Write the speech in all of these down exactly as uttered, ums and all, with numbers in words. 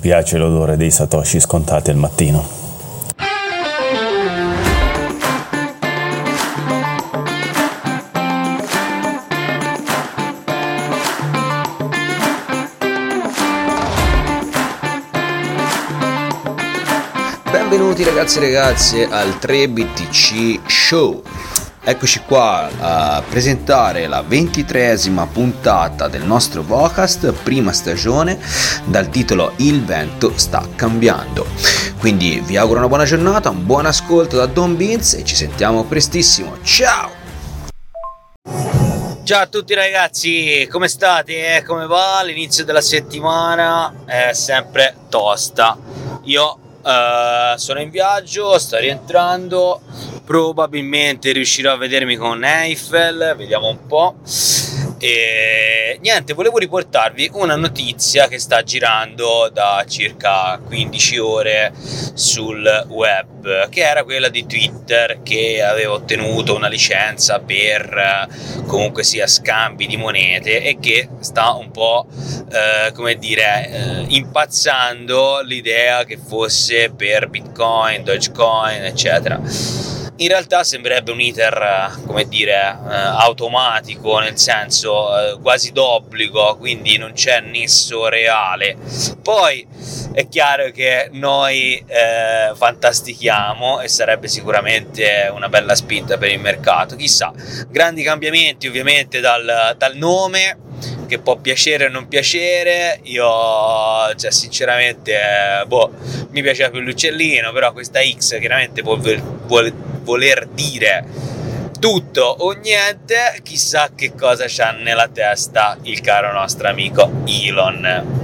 piace l'odore dei satoshi scontati al mattino. Benvenuti ragazzi e ragazze al tre B T C Show. Eccoci qua a presentare la ventitreesima puntata del nostro podcast, prima stagione, dal titolo Il vento sta cambiando. Quindi vi auguro una buona giornata, un buon ascolto da Don Beans e ci sentiamo prestissimo. Ciao! Ciao a tutti ragazzi, come state? Come va? L'inizio della settimana è sempre tosta. Io Uh, sono in viaggio, sto rientrando, probabilmente riuscirò a vedermi con Eiffel, vediamo un po'. E niente, volevo riportarvi una notizia che sta girando da circa quindici ore sul web, che era quella di Twitter, che aveva ottenuto una licenza per comunque sia scambi di monete e che sta un po' eh, come dire eh, impazzando l'idea che fosse per Bitcoin, Dogecoin, eccetera. In realtà sembrerebbe un iter, come dire, eh, automatico, nel senso eh, quasi d'obbligo, quindi non c'è nesso reale. Poi è chiaro che noi eh, fantastichiamo e sarebbe sicuramente una bella spinta per il mercato, chissà. Grandi cambiamenti ovviamente dal, dal nome, che può piacere o non piacere. Io, cioè, sinceramente, eh, boh, mi piaceva più l'uccellino, però questa X chiaramente può vuol, voler dire tutto o niente. Chissà che cosa c'ha nella testa il caro nostro amico Elon.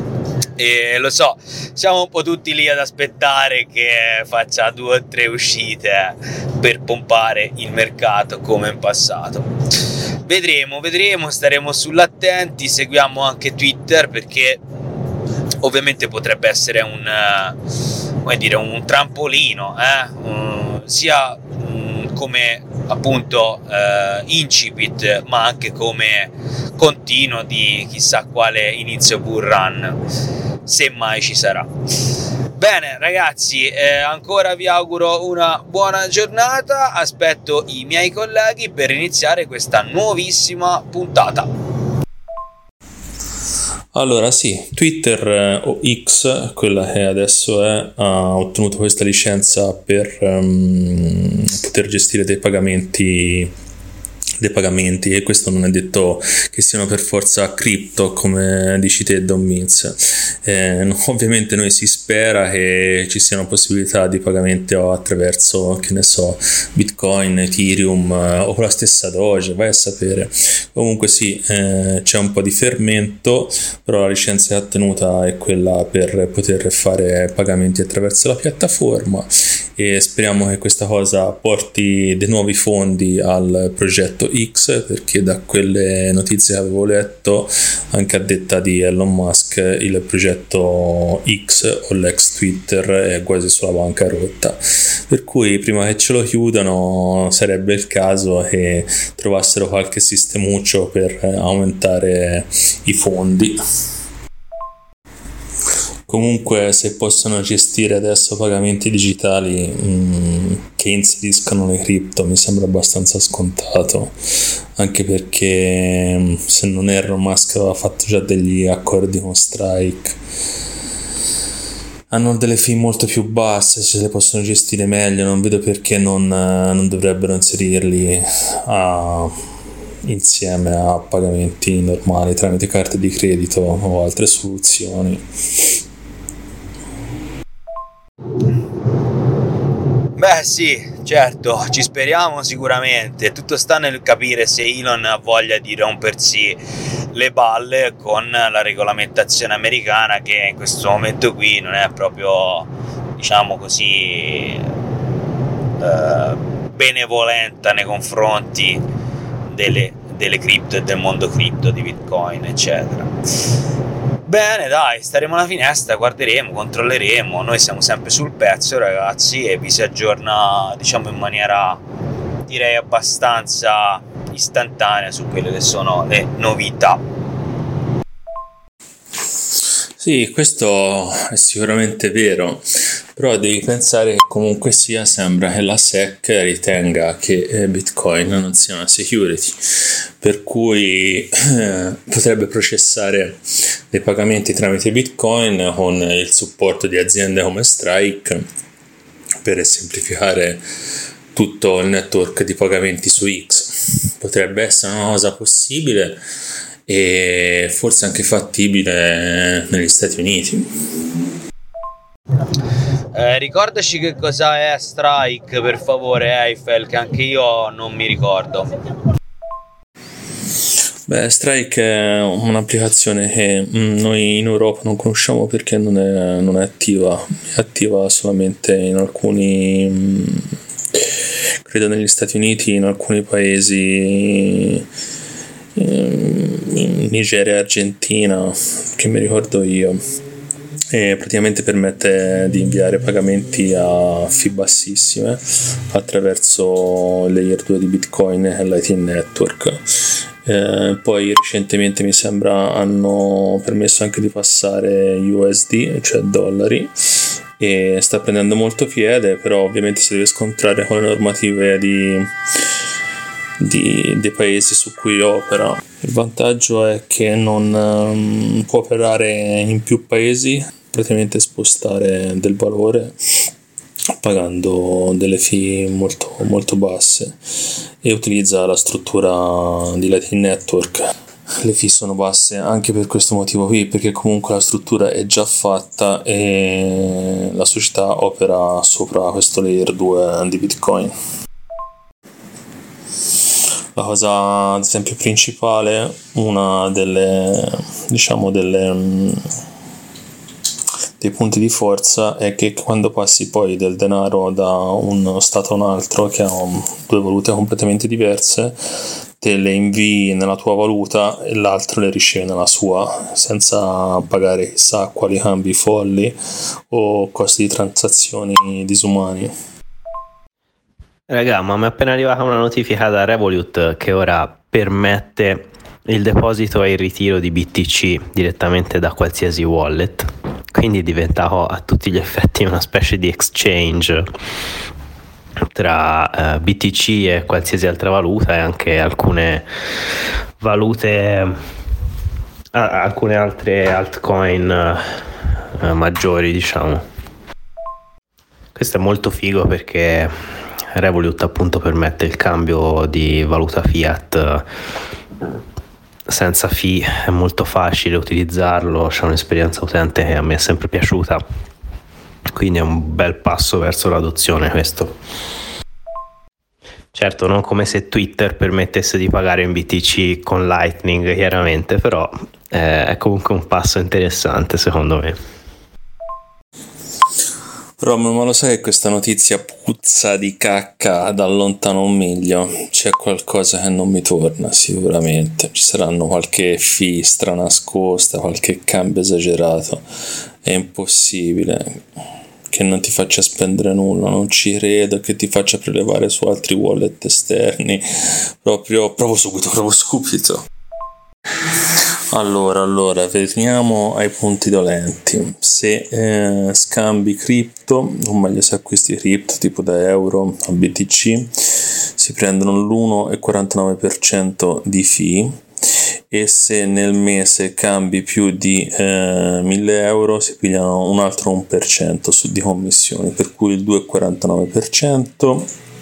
E lo so, siamo un po' tutti lì ad aspettare che faccia due o tre uscite per pompare il mercato come in passato. Vedremo, vedremo, staremo sull'attenti, seguiamo anche Twitter, perché ovviamente potrebbe essere un, come dire, un trampolino, eh? um, sia um, come appunto uh, incipit, ma anche come continuo di chissà quale inizio bull run, se mai ci sarà. Bene ragazzi, eh, ancora vi auguro una buona giornata, aspetto i miei colleghi per iniziare questa nuovissima puntata. Allora sì, Twitter eh, o X, quella che adesso è, ha ottenuto questa licenza per um, poter gestire dei pagamenti dei pagamenti e questo non è detto che siano per forza cripto, come dici te Don Beans. Eh, no, ovviamente noi si spera che ci siano possibilità di pagamento attraverso, che ne so, Bitcoin, Ethereum eh, o la stessa Doge, vai a sapere. Comunque sì, eh, c'è un po' di fermento, però la licenza che ha ottenuta è quella per poter fare pagamenti attraverso la piattaforma e speriamo che questa cosa porti dei nuovi fondi al progetto X, perché da quelle notizie che avevo letto, anche a detta di Elon Musk, il progetto X o l'ex Twitter è quasi sulla bancarotta, per cui prima che ce lo chiudano sarebbe il caso che trovassero qualche sistemuccio per aumentare i fondi. Comunque, se possono gestire adesso pagamenti digitali mh, che inseriscano le cripto, mi sembra abbastanza scontato, anche perché mh, se non erro Musk aveva fatto già degli accordi con Strike, hanno delle fee molto più basse, se le possono gestire meglio non vedo perché non, non dovrebbero inserirli a, insieme a pagamenti normali tramite carte di credito o altre soluzioni. Beh sì, certo, ci speriamo sicuramente. Tutto sta nel capire se Elon ha voglia di rompersi le balle con la regolamentazione americana, che in questo momento qui non è proprio, diciamo così, eh, benevolenta nei confronti delle, delle cripto e del mondo cripto, di Bitcoin, eccetera. Bene, dai, staremo alla finestra, guarderemo, controlleremo. Noi siamo sempre sul pezzo, ragazzi, e vi si aggiorna, diciamo, in maniera, direi, abbastanza istantanea su quelle che sono le novità. Sì, questo è sicuramente vero, però devi pensare che comunque sia sembra che la S E C ritenga che Bitcoin non sia una security, per cui eh, potrebbe processare dei pagamenti tramite Bitcoin con il supporto di aziende come Strike per semplificare tutto il network di pagamenti su X. Potrebbe essere una cosa possibile e forse anche fattibile negli Stati Uniti. Eh, ricordaci che cosa è Strike, per favore, Eiffel, che anche io non mi ricordo. Beh, Strike è un'applicazione che noi in Europa non conosciamo perché non è, non è attiva, è attiva solamente in alcuni, credo negli Stati Uniti, in alcuni paesi, in Nigeria e Argentina, che mi ricordo io, e praticamente permette di inviare pagamenti a fee bassissime attraverso il layer due di Bitcoin e Lightning Network. Eh, poi recentemente mi sembra hanno permesso anche di passare U S D, cioè dollari, e sta prendendo molto piede, però ovviamente si deve scontrare con le normative di Di, dei paesi su cui opera. Il vantaggio è che non um, può operare in più paesi, praticamente spostare del valore pagando delle fee molto, molto basse, e utilizza la struttura di Lightning Network. Le fee sono basse anche per questo motivo qui, perché comunque la struttura è già fatta e la società opera sopra questo layer due di Bitcoin. La cosa, ad esempio, principale, una delle, diciamo, delle, dei punti di forza è che quando passi poi del denaro da uno stato a un altro, che ha due valute completamente diverse, te le invii nella tua valuta e l'altro le riceve nella sua, senza pagare chissà quali cambi folli o costi di transazioni disumani. Raga, ma mi è appena arrivata una notifica da Revolut che ora permette il deposito e il ritiro di B T C direttamente da qualsiasi wallet, quindi è diventato a tutti gli effetti una specie di exchange tra uh, B T C e qualsiasi altra valuta, e anche alcune valute, uh, alcune altre altcoin uh, maggiori, diciamo. Questo è molto figo perché Revolut appunto permette il cambio di valuta fiat senza fee, è molto facile utilizzarlo, c'è un'esperienza utente che a me è sempre piaciuta, quindi è un bel passo verso l'adozione questo. Certo, non come se Twitter permettesse di pagare in B T C con Lightning, chiaramente, però eh, è comunque un passo interessante secondo me. Rom, ma lo sai che questa notizia puzza di cacca da lontano un miglio? C'è qualcosa che non mi torna sicuramente, ci saranno qualche fee stranascosta, qualche cambio esagerato. È impossibile che non ti faccia spendere nulla, non ci credo che ti faccia prelevare su altri wallet esterni, proprio, proprio subito, proprio subito. Allora, allora, veniamo ai punti dolenti. Se eh, scambi cripto, o meglio se acquisti cripto tipo da euro a B T C, si prendono l'uno virgola quarantanove per cento di fee, e se nel mese cambi più di eh, mille euro si pigliano un altro uno per cento su di commissioni, per cui il due virgola quarantanove per cento.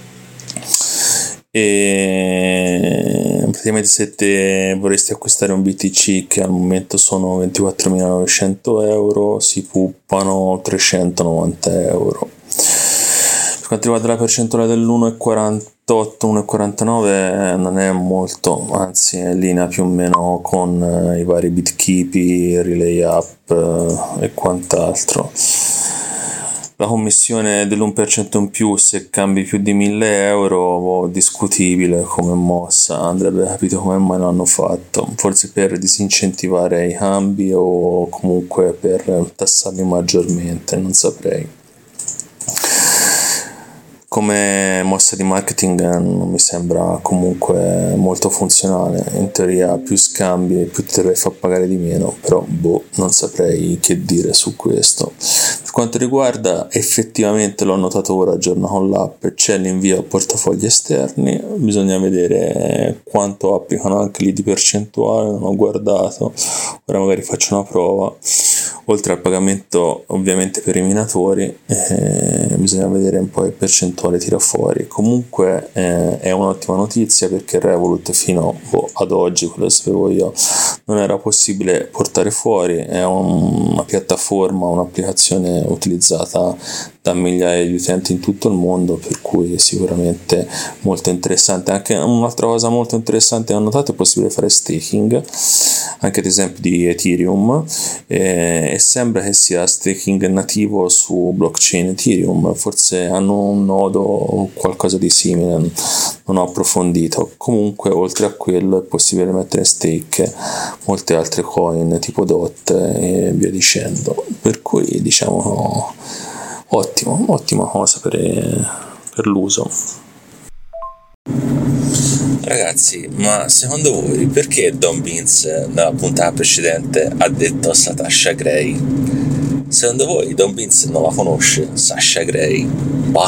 E praticamente se te vorresti acquistare un B T C che al momento sono ventiquattromilanovecento euro, si puppano trecentonovanta euro. Per quanto riguarda la percentuale dell'uno virgola quarantotto uno virgola quarantanove eh, non è molto, anzi è in linea più o meno con eh, i vari BitKeepi, Relay Up eh, e quant'altro. La commissione dell'uno per cento in più se cambi più di mille euro, oh, discutibile come mossa, andrebbe capito come mai l'hanno fatto, forse per disincentivare i cambi o comunque per tassarli maggiormente, non saprei. come mossa di marketing non mi sembra comunque molto funzionale. In teoria più scambi più te ne fa pagare di meno, però boh, non saprei che dire su questo. Per quanto riguarda, effettivamente l'ho notato ora, aggiorna con l'app, c'è l'invio a portafogli esterni, bisogna vedere quanto applicano anche lì di percentuale, non ho guardato, ora magari faccio una prova. Oltre al pagamento ovviamente per i minatori, eh, bisogna vedere un po' che percentuale tira fuori. Comunque eh, è un'ottima notizia, perché Revolut fino boh, ad oggi, quello che sapevo io, non era possibile portare fuori. È un, una piattaforma, un'applicazione utilizzata da migliaia di utenti in tutto il mondo, per cui sicuramente molto interessante. Anche un'altra cosa molto interessante che ho notato, è possibile fare staking anche ad esempio di Ethereum, eh, e sembra che sia staking nativo su blockchain Ethereum. Forse hanno un nodo o qualcosa di simile, non ho approfondito. Comunque oltre a quello è possibile mettere in stake molte altre coin tipo D O T e via dicendo, per cui diciamo ottimo, ottima cosa per, per l'uso. Ragazzi, ma secondo voi perché Don Beans nella puntata precedente ha detto Sasha Grey? Secondo voi Don Beans non la conosce Sasha Grey? Bah.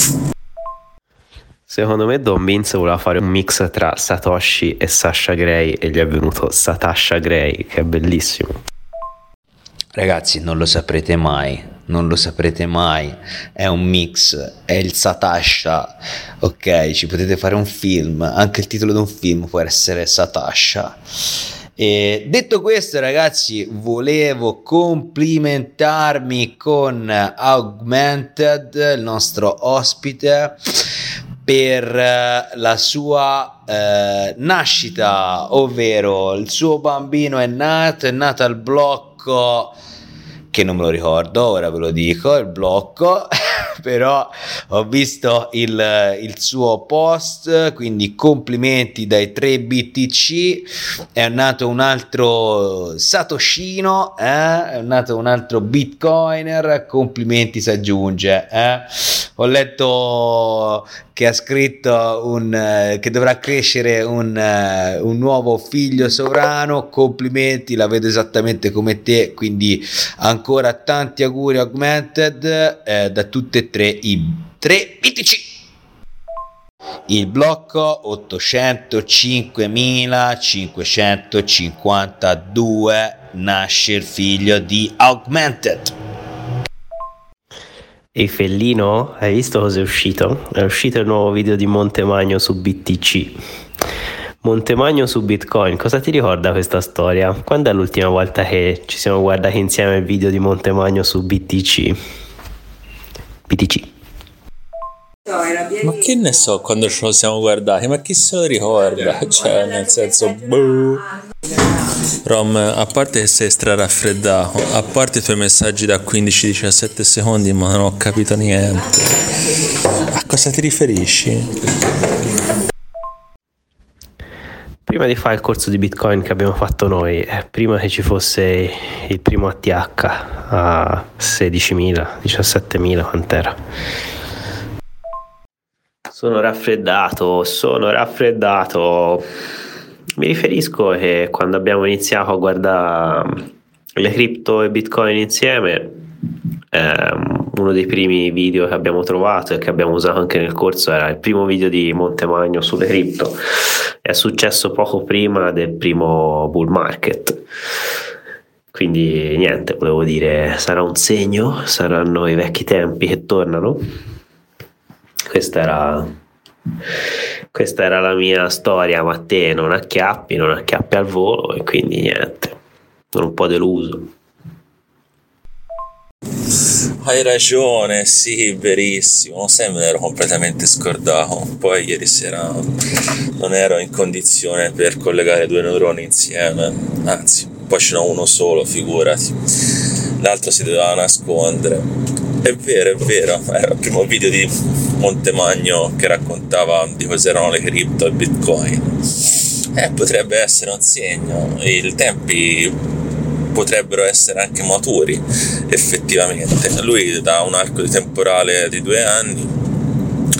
Secondo me Don Beans voleva fare un mix tra Satoshi e Sasha Grey e gli è venuto Satasha Grey, che è bellissimo. Ragazzi, non lo saprete mai, non lo saprete mai, è un mix, è il Satasha, ok? Ci potete fare un film, anche il titolo di un film può essere Satasha. E detto questo, ragazzi, volevo complimentarmi con Augmented, il nostro ospite, per la sua eh, nascita, ovvero il suo bambino è nato, è nato al blocco, che non me lo ricordo, ora ve lo dico, il blocco, però ho visto il, il suo post, quindi complimenti dai tre B T C, è nato un altro Satoshino, eh? È nato un altro Bitcoiner, complimenti si aggiunge, eh? Ho letto che ha scritto un, eh, che dovrà crescere un, eh, un nuovo figlio sovrano, complimenti, la vedo esattamente come te, quindi ancora tanti auguri Augmented, eh, da tutte e tre i tre B T C. Il blocco ottocentocinquemilacinquecentocinquantadue, nasce il figlio di Augmented. E Fellino, hai visto cosa è uscito? È uscito il nuovo video di Montemagno su B T C. Montemagno su Bitcoin, cosa ti ricorda questa storia? Quando è l'ultima volta che ci siamo guardati insieme il video di Montemagno su B T C? B T C. Ma che ne so quando ce lo siamo guardati, ma chi se lo ricorda? Cioè, nel senso, boh. Rom, a parte che sei straraffreddato, a parte i tuoi messaggi da quindici diciassette secondi, ma non ho capito niente. A cosa ti riferisci? Prima di fare il corso di Bitcoin che abbiamo fatto noi, prima che ci fosse il primo A T H a sedicimila, diciassettemila, quant'era? Sono raffreddato, sono raffreddato. Mi riferisco che quando abbiamo iniziato a guardare le cripto e Bitcoin insieme, ehm, uno dei primi video che abbiamo trovato e che abbiamo usato anche nel corso era il primo video di Montemagno sulle cripto. È successo poco prima del primo bull market. Quindi niente, volevo dire, sarà un segno, saranno i vecchi tempi che tornano. Questa era, questa era la mia storia, ma te non acchiappi, non acchiappi al volo, e quindi niente, sono un po' deluso. Hai ragione, sì, verissimo, non sai, me l'ero completamente scordato. Poi ieri sera non ero in condizione per collegare due neuroni insieme, anzi, poi ce n'ho uno solo, figurati, l'altro si doveva nascondere. È vero, è vero, era il primo video di Montemagno che raccontava di cos'erano le cripto e Bitcoin. Eh, potrebbe essere un segno, i tempi potrebbero essere anche maturi, effettivamente. Lui da un arco di temporale di due anni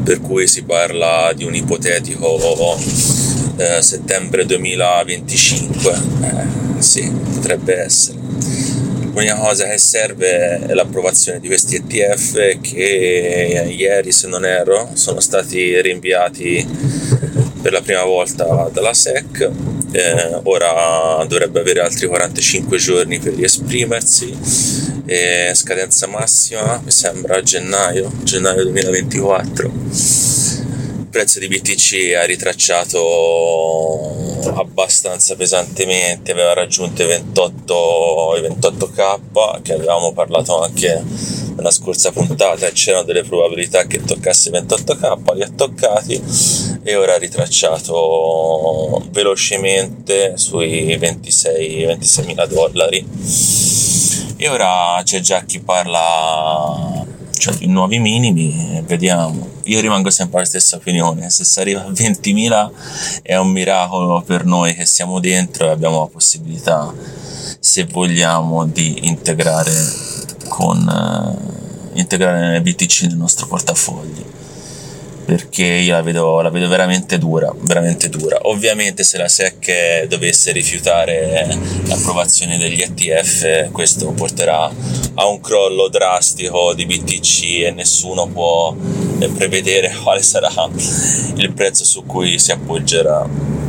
per cui si parla di un ipotetico eh, settembre duemilaventicinque. Eh, sì, potrebbe essere. L'unica cosa che serve è l'approvazione di questi E T F che ieri, se non erro, sono stati rinviati per la prima volta dalla S E C. Eh, ora dovrebbe avere altri quarantacinque giorni per riesprimersi, e scadenza massima mi sembra a gennaio gennaio duemilaventiquattro. Il prezzo di B T C ha ritracciato abbastanza pesantemente, aveva raggiunto i ventotto, i ventotto K, che avevamo parlato anche nella scorsa puntata, e c'erano delle probabilità che toccasse i ventotto K, li ha toccati e ora ha ritracciato velocemente sui ventisei mila dollari. E ora c'è già chi parla, cioè, di nuovi minimi, e vediamo. Io rimango sempre alla stessa opinione: se si arriva a ventimila è un miracolo per noi che siamo dentro e abbiamo la possibilità, se vogliamo, di integrare con eh, integrare B T C nel nostro portafogli, perché io la vedo, la vedo veramente dura, veramente dura. Ovviamente se la S E C dovesse rifiutare l'approvazione degli E T F, questo porterà a un crollo drastico di B T C e nessuno può prevedere quale sarà il prezzo su cui si appoggerà.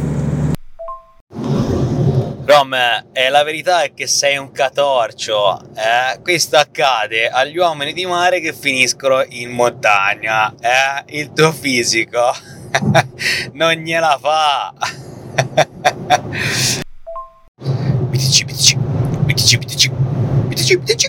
Rom, eh, la verità è che sei un catorcio, eh? Questo accade agli uomini di mare che finiscono in montagna, eh? Il tuo fisico non gliela fa. B T C, B T C, B T C, B T C, B T C, B T C.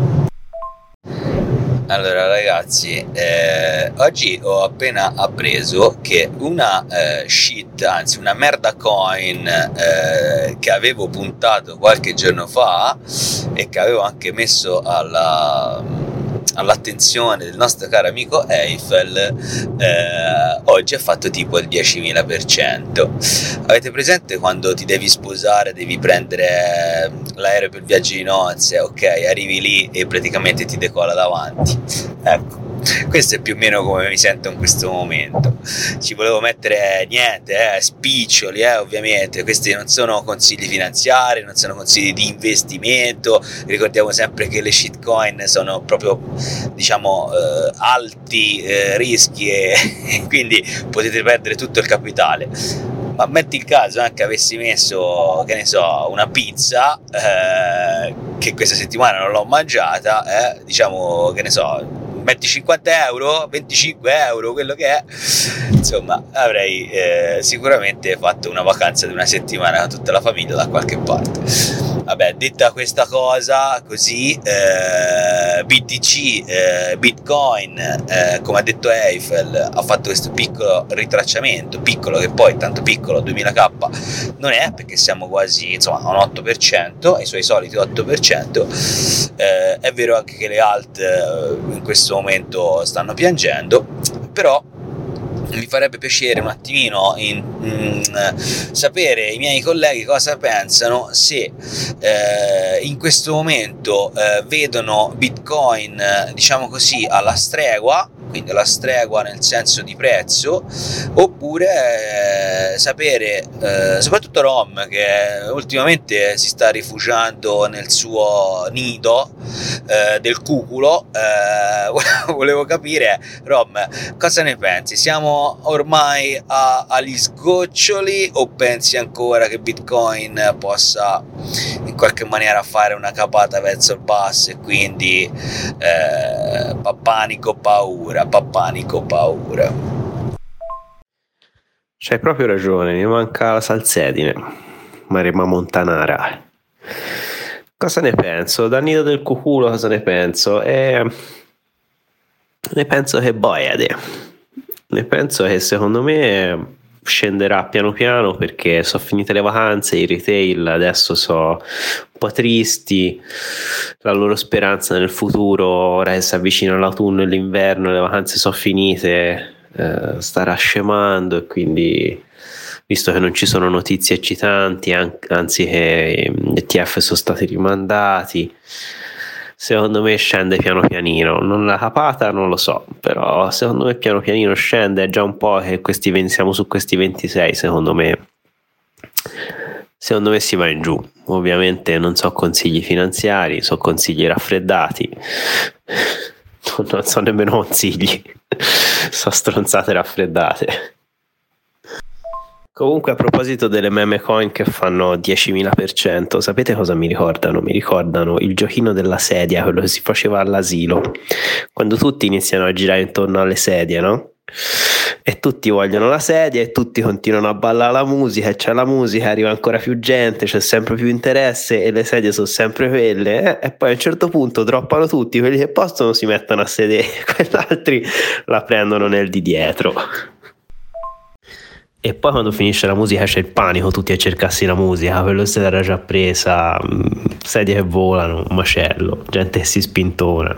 Allora ragazzi, eh, oggi ho appena appreso che una eh, shit, anzi una merda coin eh, che avevo puntato qualche giorno fa e che avevo anche messo alla, all'attenzione del nostro caro amico Eiffel, eh, oggi ha fatto tipo il diecimila per cento. Avete presente quando ti devi sposare, devi prendere l'aereo per il viaggio di nozze, ok, arrivi lì e praticamente ti decolla davanti? Ecco, questo è più o meno come mi sento in questo momento. Ci volevo mettere niente, eh, spiccioli, eh, ovviamente. Questi non sono consigli finanziari, non sono consigli di investimento. Ricordiamo sempre che le shitcoin sono proprio, diciamo, eh, alti eh, rischi e, e quindi potete perdere tutto il capitale. Ma metti il caso anche avessi messo, che ne so, una pizza, eh, che questa settimana non l'ho mangiata, eh, diciamo, che ne so, metti cinquanta euro, venticinque euro, quello che è, insomma, avrei eh, sicuramente fatto una vacanza di una settimana con tutta la famiglia da qualche parte. Vabbè, detta questa cosa, così, eh, B T C, eh, Bitcoin, eh, come ha detto Eiffel, ha fatto questo piccolo ritracciamento, piccolo che poi tanto piccolo, duemila K non è, perché siamo quasi, insomma, a un otto per cento, ai suoi soliti otto per cento. Eh, è vero anche che le alt eh, in questo momento stanno piangendo, però mi farebbe piacere un attimino in, in, sapere i miei colleghi cosa pensano, se eh, in questo momento eh, vedono Bitcoin, diciamo così, alla stregua, quindi alla stregua nel senso di prezzo, oppure eh, sapere, eh, soprattutto Rom, che ultimamente si sta rifugiando nel suo nido eh, del cuculo, eh, volevo capire, Rom, cosa ne pensi? Siamo ormai a, agli sgoccioli, o pensi ancora che Bitcoin possa in qualche maniera fare una capata verso il basso e quindi eh, panico paura, panico paura? C'hai proprio ragione, mi manca la salsedine, Maremma Montanara. Cosa ne penso? Dal nido del cuculo cosa ne penso? E... ne penso che boiade. Ne penso che secondo me scenderà piano piano, perché sono finite le vacanze, i retail adesso sono un po' tristi, la loro speranza nel futuro, ora che si avvicina l'autunno e l'inverno, le vacanze sono finite, eh, starà scemando, e quindi, visto che non ci sono notizie eccitanti, an- anzi che gli E T F sono stati rimandati, secondo me scende piano pianino, non la capata non lo so, però secondo me piano pianino scende. È già un po' che questi siamo su questi ventisei, secondo me secondo me si va in giù. Ovviamente non so consigli finanziari, so consigli raffreddati, non so nemmeno consigli, so stronzate raffreddate. Comunque, a proposito delle meme coin che fanno diecimila per cento, sapete cosa mi ricordano? Mi ricordano il giochino della sedia, quello che si faceva all'asilo, quando tutti iniziano a girare intorno alle sedie, no? E tutti vogliono la sedia e tutti continuano a ballare la musica, e c'è la musica, arriva ancora più gente, c'è sempre più interesse e le sedie sono sempre quelle, eh? E poi a un certo punto droppano tutti, quelli che possono si mettono a sedere, quegli altri la prendono nel di dietro. E poi quando finisce la musica c'è il panico, tutti a cercarsi la musica, quello se l'era già presa, sedie che volano, un macello, gente che si spintona.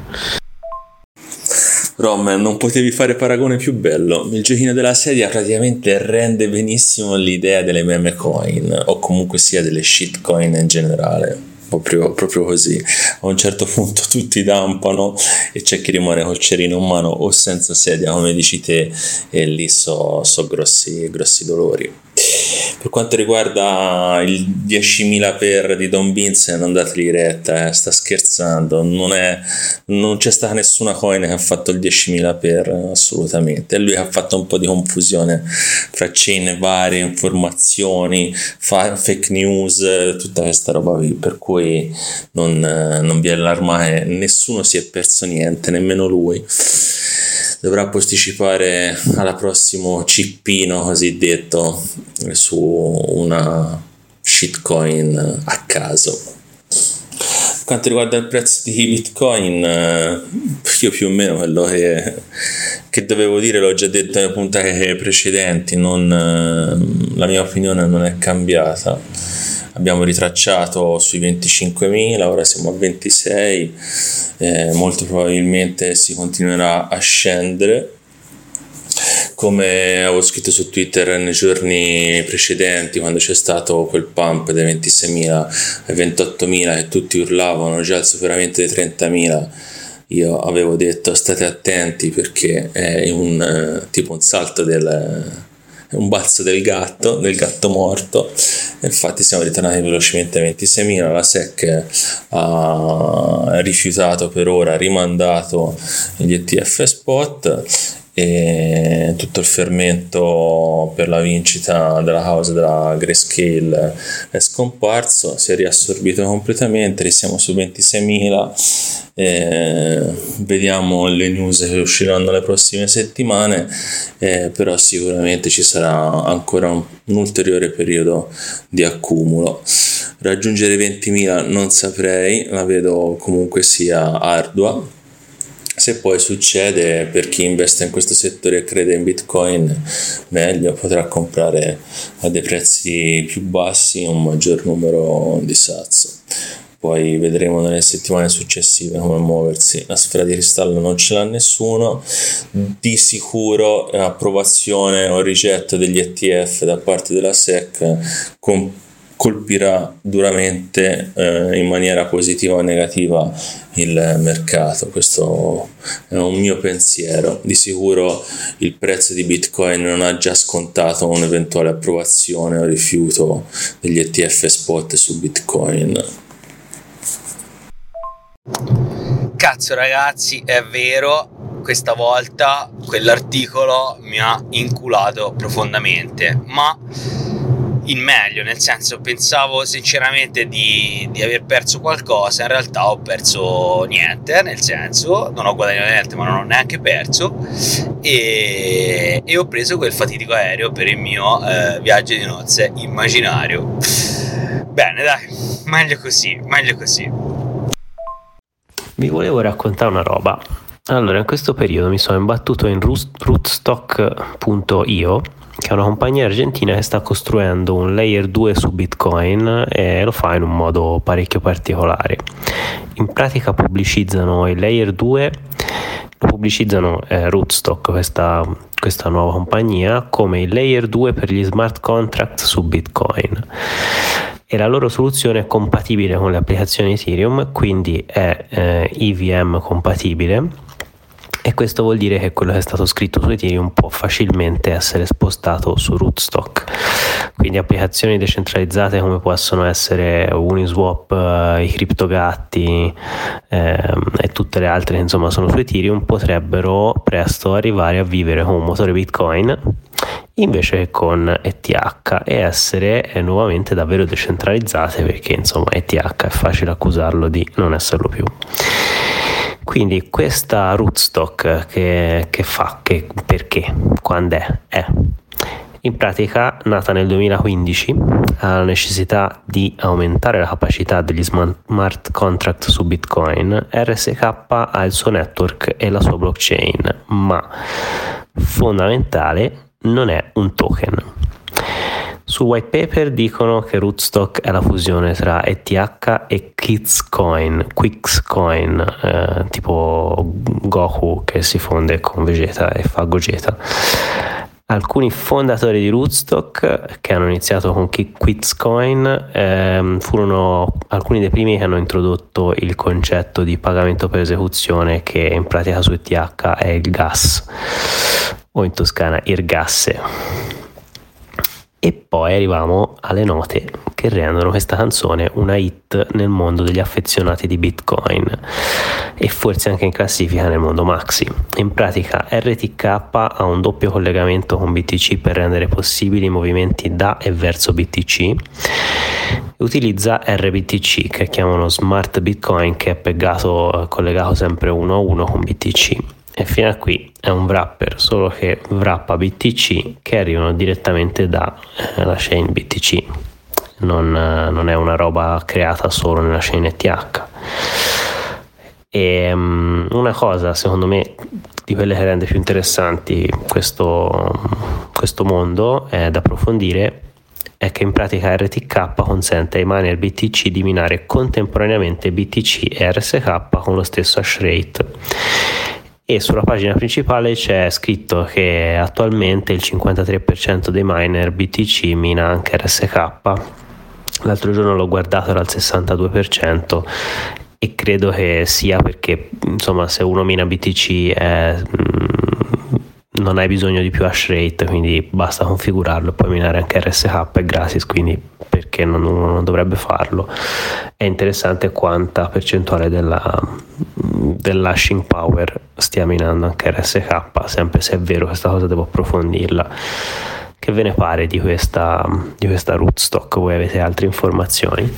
Rom, non potevi fare paragone più bello. Il giochino della sedia praticamente rende benissimo l'idea delle meme coin, o comunque sia delle shitcoin in generale. Proprio, proprio così, a un certo punto tutti dampano e c'è chi rimane col cerino in mano o senza sedia, come dici te, e lì so, so grossi, grossi dolori. Per quanto riguarda il diecimila per di Don Vincent, non dategli retta, eh, sta scherzando, non, è, non c'è stata nessuna coin che ha fatto il diecimila per, assolutamente. È lui che ha fatto un po' di confusione fra chain varie, informazioni, fa, fake news, tutta questa roba qui, per cui non, non vi allarmate, nessuno si è perso niente, nemmeno lui. Dovrà posticipare alla prossimo cippino cosiddetto su una shitcoin a caso. Per quanto riguarda il prezzo di Bitcoin, io più o meno quello che, che dovevo dire l'ho già detto nelle puntate precedenti, non, la mia opinione non è cambiata. Abbiamo ritracciato sui venticinquemila, ora siamo a ventisei, eh, molto probabilmente si continuerà a scendere. Come avevo scritto su Twitter nei giorni precedenti, quando c'è stato quel pump dai ventiseimila ai ventottomila e tutti urlavano già il superamento dei trentamila, io avevo detto state attenti perché è un eh, tipo un salto del... un balzo del gatto, del gatto morto. Infatti siamo ritornati velocemente a ventiseimila. La S E C ha rifiutato per ora, rimandato gli E T F spot e tutto il fermento per la vincita della causa della Grayscale è scomparso, si è riassorbito completamente, siamo su ventiseimila. Eh, vediamo le news che usciranno le prossime settimane, eh, però sicuramente ci sarà ancora un, un ulteriore periodo di accumulo. Raggiungere ventimila non saprei, la vedo comunque sia ardua. Se poi succede, per chi investe in questo settore e crede in Bitcoin, meglio, potrà comprare a dei prezzi più bassi un maggior numero di sats. Poi vedremo nelle settimane successive come muoversi. La sfera di cristallo non ce l'ha nessuno. Di sicuro approvazione o rigetto degli E T F da parte della S E C con colpirà duramente eh, in maniera positiva o negativa il mercato. Questo è un mio pensiero. Di sicuro il prezzo di Bitcoin non ha già scontato un'eventuale approvazione o rifiuto degli E T F spot su Bitcoin. Cazzo ragazzi, è vero, questa volta quell'articolo mi ha inculato profondamente, ma in meglio, nel senso, pensavo sinceramente di, di aver perso qualcosa, in realtà ho perso niente, nel senso, non ho guadagnato niente ma non ho neanche perso, e, e ho preso quel fatidico aereo per il mio eh, viaggio di nozze immaginario. Bene dai, meglio così, meglio così. Vi volevo raccontare una roba. Allora, in questo periodo mi sono imbattuto in rootstock punto io, che è una compagnia argentina che sta costruendo un layer due su Bitcoin e lo fa in un modo parecchio particolare. In pratica pubblicizzano il layer due, lo pubblicizzano eh, Rootstock, questa, questa nuova compagnia, come il layer due per gli smart contract su Bitcoin. e la loro soluzione è compatibile con le applicazioni Ethereum, quindi è eh, E V M compatibile, e questo vuol dire che quello che è stato scritto su Ethereum può facilmente essere spostato su Rootstock. Quindi applicazioni decentralizzate come possono essere Uniswap, eh, i CryptoGatti ehm, e tutte le altre che insomma sono su Ethereum potrebbero presto arrivare a vivere con un motore Bitcoin invece che con E T H e essere eh, nuovamente davvero decentralizzate, perché insomma E T H è facile accusarlo di non esserlo più. Quindi questa Rootstock che, che fa, che, perché, quando è? È in pratica nata nel duemilaquindici, ha la necessità di aumentare la capacità degli smart contract su Bitcoin. R S K ha il suo network e la sua blockchain, ma fondamentale non è un token. Sul white paper dicono che Rootstock è la fusione tra E T H e Quixcoin, Quixcoin, eh, tipo Goku che si fonde con Vegeta e fa Gogeta. Alcuni fondatori di Rootstock che hanno iniziato con Quixcoin eh, furono alcuni dei primi che hanno introdotto il concetto di pagamento per esecuzione, che in pratica su E T H è il gas, o in Toscana il gasse. E poi arriviamo alle note che rendono questa canzone una hit nel mondo degli affezionati di Bitcoin e forse anche in classifica nel mondo maxi. In pratica R T K ha un doppio collegamento con B T C per rendere possibili i movimenti da e verso B T C. Utilizza R B T C, che chiamano Smart Bitcoin, che è pegato, collegato sempre uno a uno con B T C. E fino a qui è un wrapper, solo che wrappa B T C che arrivano direttamente dalla eh, chain B T C, non, eh, non è una roba creata solo nella chain E T H. E um, una cosa secondo me di quelle che rende più interessanti questo, questo mondo è da approfondire è che in pratica R T K consente ai miner B T C di minare contemporaneamente B T C e R S K con lo stesso hash rate. E sulla pagina principale c'è scritto che attualmente il cinquantatré per cento dei miner B T C mina anche R S K. L'altro giorno l'ho guardato, era al sessantadue per cento, e credo che sia perché insomma se uno mina B T C è, non hai bisogno di più hash rate, quindi basta configurarlo e puoi minare anche R S K, è gratis, quindi perché non, uno non dovrebbe farlo. È interessante quanta percentuale della, dell'hashing power stia minando anche R S K, sempre se è vero questa cosa devo approfondirla. Che ve ne pare di questa, di questa Rootstock? Voi avete altre informazioni?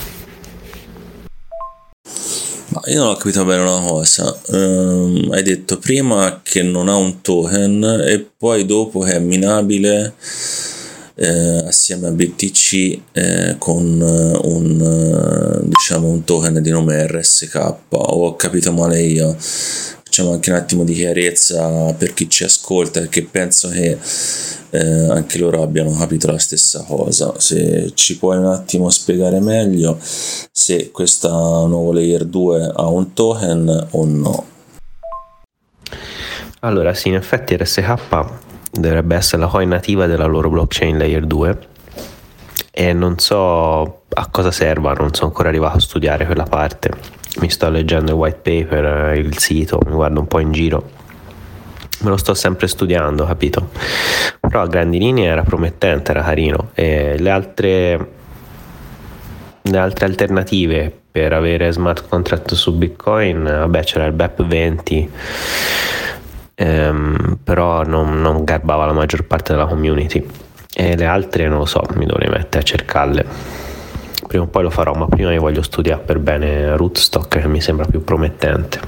Ma io non ho capito bene una cosa. Um, hai detto prima che non ha un token e poi dopo che è minabile eh, assieme a B T C eh, con un, uh, diciamo un token di nome R S K. O ho capito male io? Facciamo anche un attimo di chiarezza per chi ci ascolta, perché penso che eh, anche loro abbiano capito la stessa cosa. Se ci puoi un attimo spiegare meglio se questa nuova layer due ha un token o no. Allora sì, in effetti R S K dovrebbe essere la coin nativa della loro blockchain layer due e non so a cosa serva, non sono ancora arrivato a studiare quella parte. Mi sto leggendo il white paper, il sito, mi guardo un po' in giro, me lo sto sempre studiando, capito? Però a grandi linee era promettente, era carino. E le altre le altre alternative per avere smart contract su Bitcoin, vabbè, c'era il B E P venti, ehm, però non, non garbava la maggior parte della community, e le altre non lo so, mi dovrei mettere a cercarle. Prima o poi lo farò, ma prima io voglio studiare per bene Rootstock, che mi sembra più promettente.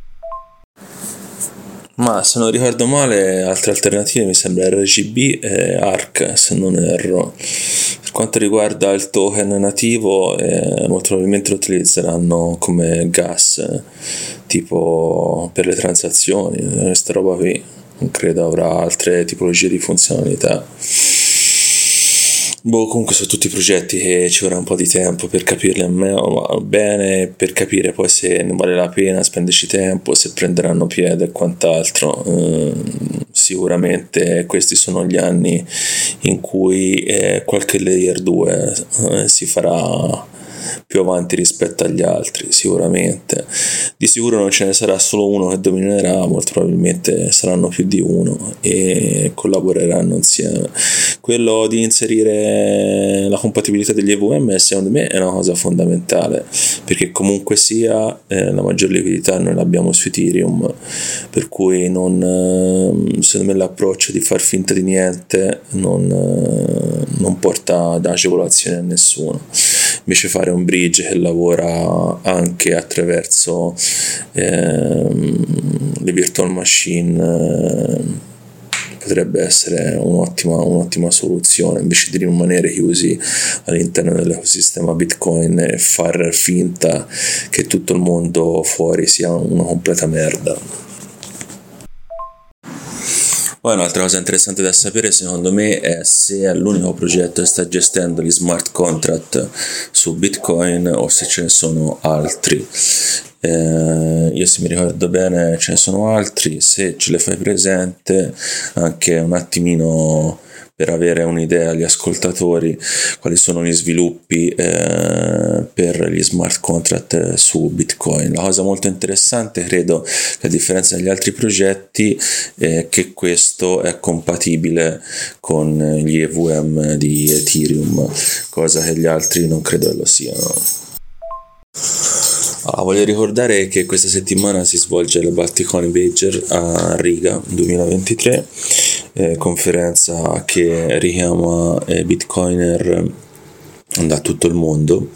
Ma se non ricordo male, altre alternative mi sembra R G B e A R C, se non erro. Per quanto riguarda il token nativo, eh, molto probabilmente lo utilizzeranno come gas, eh, tipo per le transazioni, questa roba qui. Non credo avrà altre tipologie di funzionalità. Boh, comunque sono tutti progetti che ci vorrà un po' di tempo per capirli a me o bene, per capire poi se ne vale la pena spenderci tempo, se prenderanno piede e quant'altro. Eh, sicuramente questi sono gli anni in cui eh, qualche layer due eh, si farà più avanti rispetto agli altri, sicuramente. Di sicuro non ce ne sarà solo uno che dominerà, molto probabilmente saranno più di uno e collaboreranno insieme. Quello di inserire la compatibilità degli E V M secondo me è una cosa fondamentale, perché comunque sia eh, la maggior liquidità noi l'abbiamo su Ethereum, per cui non, eh, secondo me l'approccio di far finta di niente non, eh, non porta ad agevolazione a nessuno. Invece fare un bridge che lavora anche attraverso ehm, le virtual machine eh, potrebbe essere un'ottima, un'ottima soluzione, invece di rimanere chiusi all'interno dell'ecosistema Bitcoin e far finta che tutto il mondo fuori sia una completa merda. Poi un'altra cosa interessante da sapere secondo me è se è l'unico progetto che sta gestendo gli smart contract su Bitcoin o se ce ne sono altri. Eh, io se mi ricordo bene ce ne sono altri, se ce le fai presente anche un attimino per avere un'idea agli ascoltatori quali sono gli sviluppi eh, per gli smart contract su Bitcoin. La cosa molto interessante credo che a differenza degli altri progetti è che questo è compatibile con gli E V M di Ethereum, cosa che gli altri non credo che lo siano. Ah, voglio ricordare che questa settimana si svolge la Balticon Major a Riga duemilaventitré, eh, conferenza che richiama eh, bitcoiner da tutto il mondo,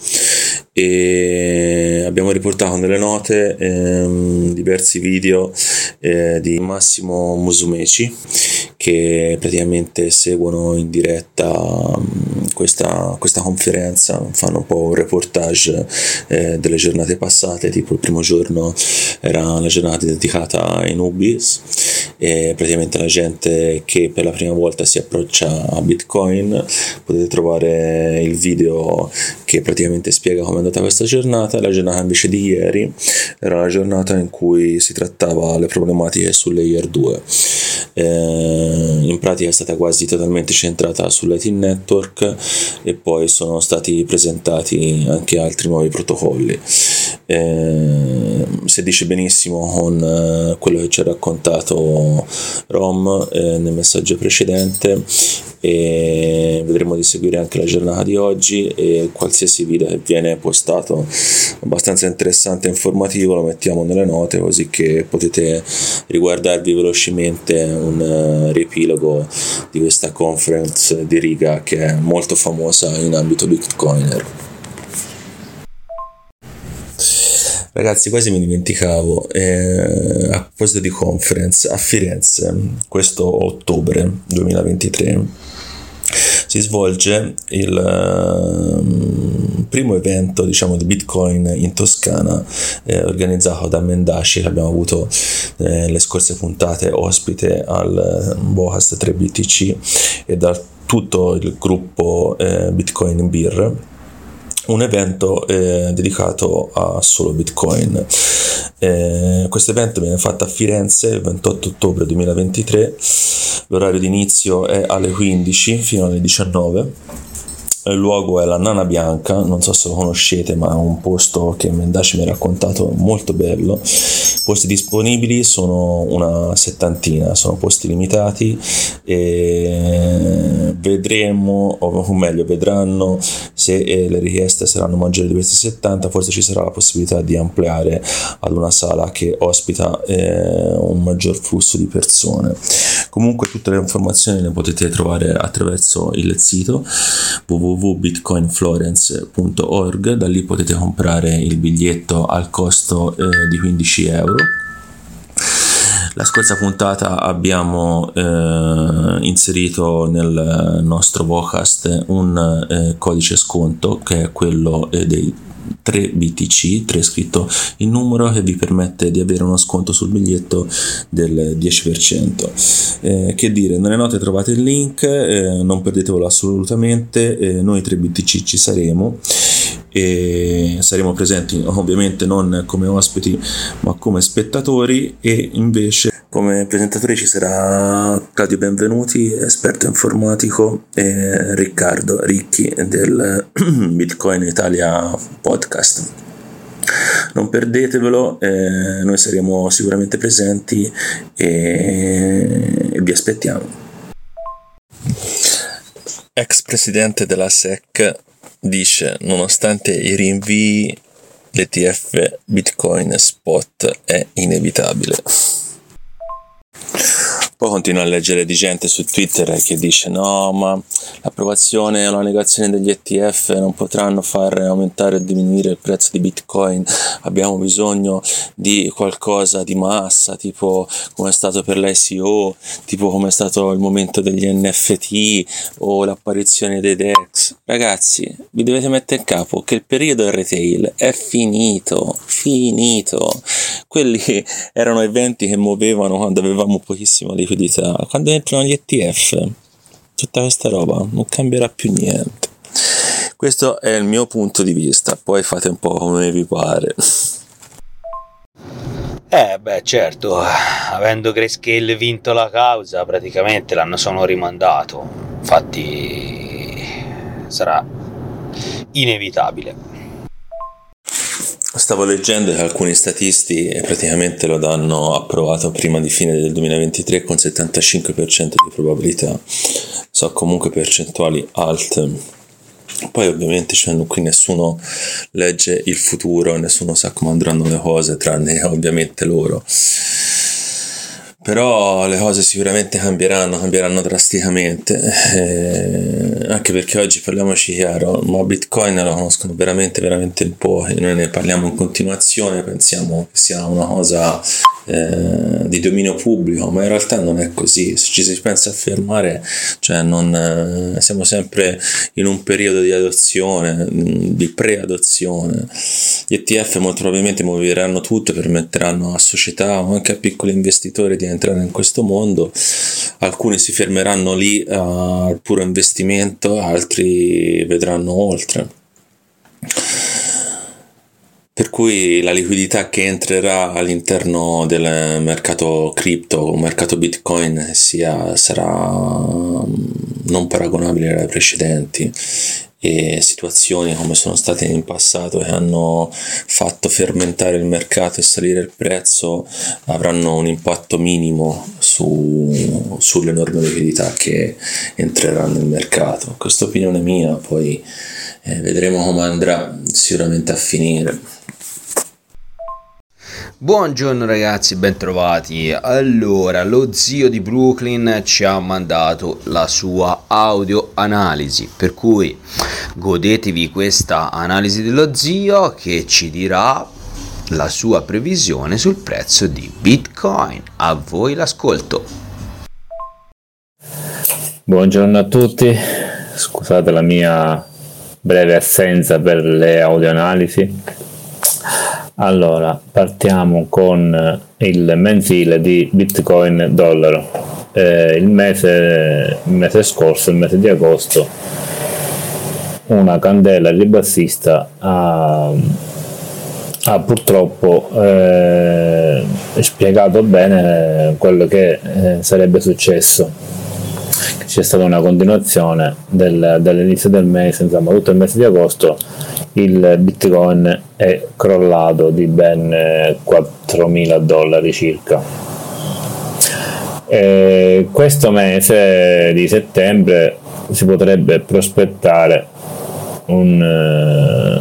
e abbiamo riportato nelle note ehm, diversi video eh, di Massimo Musumeci che praticamente seguono in diretta um, questa, questa conferenza, fanno un po' un reportage eh, delle giornate passate. Tipo il primo giorno era la giornata dedicata ai newbies e praticamente la gente che per la prima volta si approccia a Bitcoin. Potete trovare il video che praticamente spiega come è andata questa giornata. La giornata invece di ieri era la giornata in cui si trattava le problematiche su Layer due. Eh, in pratica è stata quasi totalmente centrata sul Lightning Network e poi sono stati presentati anche altri nuovi protocolli. Eh, si dice benissimo con eh, quello che ci ha raccontato Rom eh, nel messaggio precedente, e vedremo di seguire anche la giornata di oggi, e qualsiasi video che viene postato abbastanza interessante e informativo lo mettiamo nelle note, così che potete riguardarvi velocemente un uh, riepilogo di questa conference di Riga che è molto famosa in ambito bitcoiner. Ragazzi, quasi mi dimenticavo, eh, a proposito di conference, a Firenze questo ottobre duemilaventitré si svolge il uh, primo evento, diciamo, di Bitcoin in Toscana, eh, organizzato da Mendaci, che abbiamo avuto eh, le scorse puntate ospite al Vocast tre B T C, e da tutto il gruppo eh, Bitcoin Beer. Un evento eh, dedicato a solo Bitcoin. Eh, questo evento viene fatto a Firenze il ventotto ottobre duemilaventitré. L'orario di inizio è alle quindici fino alle diciannove. Il luogo è la Nana Bianca, non so se lo conoscete, ma è un posto che Mendaci mi ha raccontato molto bello. Posti disponibili sono una settantina, sono posti limitati, e vedremo, o meglio vedranno, se le richieste saranno maggiori di questi settanta, forse ci sarà la possibilità di ampliare ad una sala che ospita eh, un maggior flusso di persone. Comunque tutte le informazioni le potete trovare attraverso il sito w w w punto bitcoin florence punto org. Da lì potete comprare il biglietto al costo eh, di quindici euro. La scorsa puntata abbiamo eh, inserito nel nostro Vocast un eh, codice sconto che è quello eh, dei tre B T C, tre scritto il numero, che vi permette di avere uno sconto sul biglietto del dieci per cento. Eh, che dire, nelle note trovate il link, eh, non perdetevelo assolutamente. Eh, noi tre B T C ci saremo e saremo presenti ovviamente non come ospiti ma come spettatori, e invece come presentatori ci sarà Claudio Benvenuti, esperto informatico, e Riccardo Ricchi del Bitcoin Italia podcast. Non perdetevelo, eh, noi saremo sicuramente presenti e, e vi aspettiamo. Ex presidente della S E C dice: nonostante i rinvii, l'E T F Bitcoin spot è inevitabile. Poi continua a leggere di gente su Twitter che dice: no, ma l'approvazione o la negazione degli E T F non potranno far aumentare o diminuire il prezzo di Bitcoin, abbiamo bisogno di qualcosa di massa, tipo come è stato per l'I C O, tipo come è stato il momento degli N F T o l'apparizione dei D E X. Ragazzi, vi dovete mettere in capo che il periodo del retail è finito, finito. Quelli erano eventi che muovevano quando avevamo pochissima liquidità. Quando entrano gli E T F, tutta questa roba non cambierà più niente. Questo è il mio punto di vista, poi fate un po' come vi pare. Eh beh, certo, avendo Grayscale vinto la causa, praticamente l'hanno solo rimandato, infatti sarà inevitabile. Stavo leggendo che alcuni statisti praticamente lo danno approvato prima di fine del duemilaventitré con settantacinque per cento di probabilità. So, comunque percentuali alte. Poi ovviamente cioè, qui nessuno legge il futuro, nessuno sa come andranno le cose tranne ovviamente loro. Però le cose sicuramente cambieranno, cambieranno drasticamente, eh, anche perché oggi, parliamoci chiaro, ma Bitcoin lo conoscono veramente, veramente in pochi. Noi ne parliamo in continuazione, pensiamo che sia una cosa eh, di dominio pubblico, ma in realtà non è così. Se ci si pensa a fermare, cioè non, eh, siamo sempre in un periodo di adozione, di pre-adozione. Gli E T F molto probabilmente muoveranno tutto, permetteranno a società o anche a piccoli investitori di entrare in questo mondo. Alcuni si fermeranno lì uh, al puro investimento, altri vedranno oltre. Per cui la liquidità che entrerà all'interno del mercato cripto o mercato Bitcoin sia, sarà non paragonabile alle precedenti, e situazioni come sono state in passato che hanno fatto fermentare il mercato e salire il prezzo avranno un impatto minimo su, sull'enorme liquidità che entrerà nel mercato. Questa è opinione mia, poi eh, vedremo come andrà sicuramente a finire. Buongiorno ragazzi, bentrovati. Allora, lo zio di Brooklyn ci ha mandato la sua audio analisi, per cui godetevi questa analisi dello zio che ci dirà la sua previsione sul prezzo di Bitcoin. A voi l'ascolto. Buongiorno a tutti, scusate la mia breve assenza per le audio analisi. Allora, partiamo con il mensile di Bitcoin dollaro. Eh, il, mese, il mese scorso, il mese di agosto, una candela ribassista ha, ha purtroppo eh, spiegato bene quello che eh, sarebbe successo. C'è stata una continuazione del, dall'inizio del mese, insomma tutto il mese di agosto il Bitcoin è crollato di ben quattromila dollari circa. E questo mese di settembre si potrebbe prospettare un,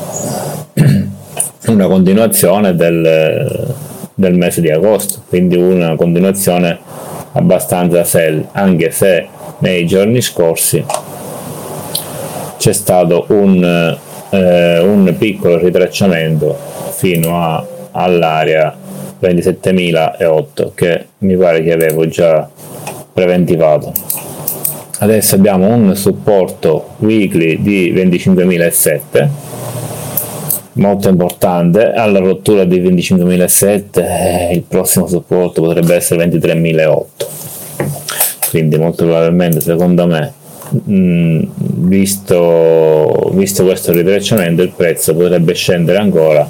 una continuazione del, del mese di agosto, quindi una continuazione abbastanza sell, anche se nei giorni scorsi c'è stato un Eh, un piccolo ritracciamento fino a, all'area ventisettemila otto che mi pare che avevo già preventivato. Adesso abbiamo un supporto weekly di venticinquemilasette molto importante. Alla rottura di venticinquemilasette eh, il prossimo supporto potrebbe essere ventitremilaotto, quindi molto probabilmente, secondo me, mh, visto, visto questo ritracciamento, il prezzo potrebbe scendere ancora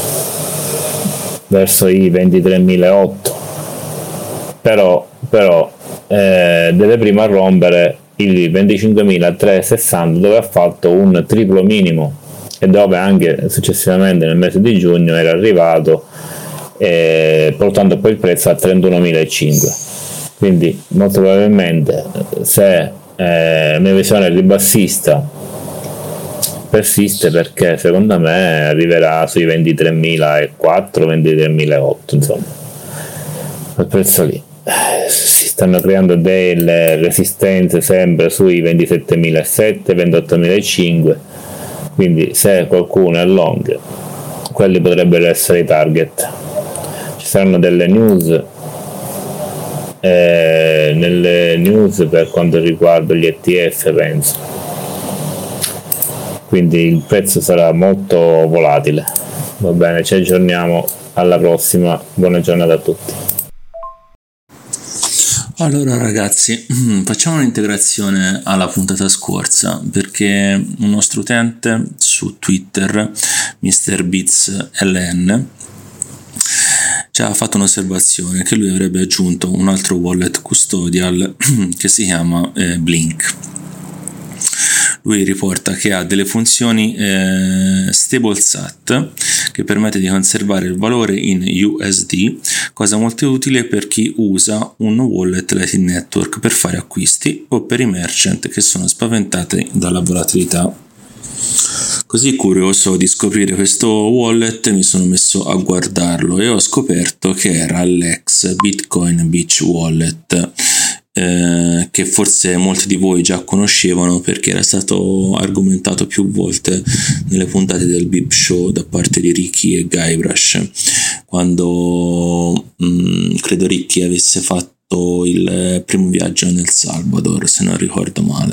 verso i ventitremilaotto, però, però eh, deve prima rompere il venticinquemilatrecentosessanta, dove ha fatto un triplo minimo e dove anche successivamente nel mese di giugno era arrivato, eh, portando poi il prezzo a trentunomilacinquecento. Quindi molto probabilmente, se eh, la mia visione ribassista persiste, perché secondo me arriverà sui ventitremilaquattrocento ventitremilaottocento, insomma quel prezzo lì. Si stanno creando delle resistenze sempre sui ventisettemilasettecento ventottomilacinquecento, quindi se qualcuno è long, quelli potrebbero essere i target. Ci saranno delle news eh, nelle news per quanto riguarda gli E T F, penso, quindi il prezzo sarà molto volatile. Va bene, ci aggiorniamo alla prossima, buona giornata a tutti. Allora ragazzi, facciamo un'integrazione alla puntata scorsa, perché un nostro utente su Twitter, mister Beats L N, ci ha fatto un'osservazione che lui avrebbe aggiunto un altro wallet custodial che si chiama eh, Blink. Lui riporta che ha delle funzioni eh, StableSat che permette di conservare il valore in U S D, cosa molto utile per chi usa un wallet Lightning Network per fare acquisti o per i merchant che sono spaventati dalla volatilità. Così curioso di scoprire questo wallet, mi sono messo a guardarlo e ho scoperto che era l'ex Bitcoin Beach Wallet, Eh, che forse molti di voi già conoscevano perché era stato argomentato più volte nelle puntate del Beep Show da parte di Ricky e Guybrush, quando mh, credo Ricky avesse fatto il primo viaggio nel Salvador, se non ricordo male.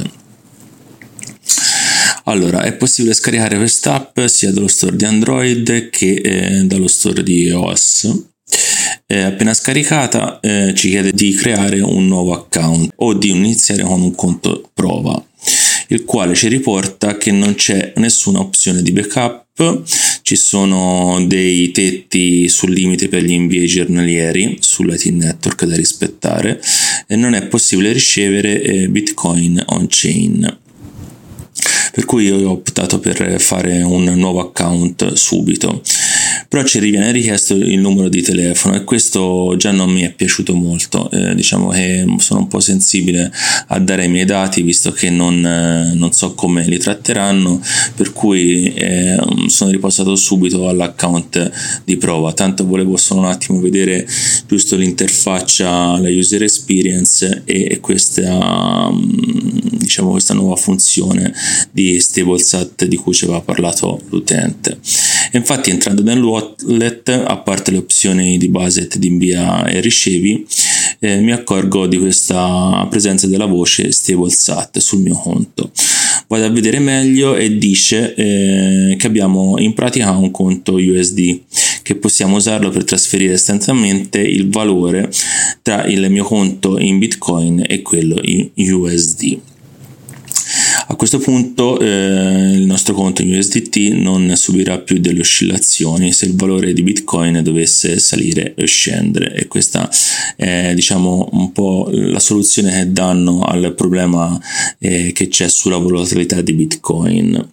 Allora, è possibile scaricare quest'app sia dallo store di Android che eh, dallo store di iOS. Eh, appena scaricata eh, ci chiede di creare un nuovo account o di iniziare con un conto prova, il quale ci riporta che non c'è nessuna opzione di backup, ci sono dei tetti sul limite per gli invii giornalieri sul Lightning Network da rispettare e non è possibile ricevere eh, Bitcoin on-chain. Per cui io ho optato per fare un nuovo account subito, però ci viene richiesto il numero di telefono e questo già non mi è piaciuto molto. Eh, diciamo che sono un po' sensibile a dare i miei dati, visto che non, eh, non so come li tratteranno, per cui eh, sono riposato subito all'account di prova. Tanto volevo solo un attimo vedere giusto l'interfaccia, la user experience e, e questa, diciamo, questa nuova funzione di StableSat di cui ci aveva parlato l'utente. E infatti, entrando nel wallet, a parte le opzioni di base di invia e ricevi, eh, mi accorgo di questa presenza della voce StableSat sul mio conto. Vado a vedere meglio e dice eh, che abbiamo in pratica un conto U S D, che possiamo usarlo per trasferire istantaneamente il valore tra il mio conto in Bitcoin e quello in U S D. A questo punto eh, il nostro conto in U S D T non subirà più delle oscillazioni se il valore di Bitcoin dovesse salire o scendere, e questa è, diciamo, un po' la soluzione che danno al problema eh, che c'è sulla volatilità di Bitcoin.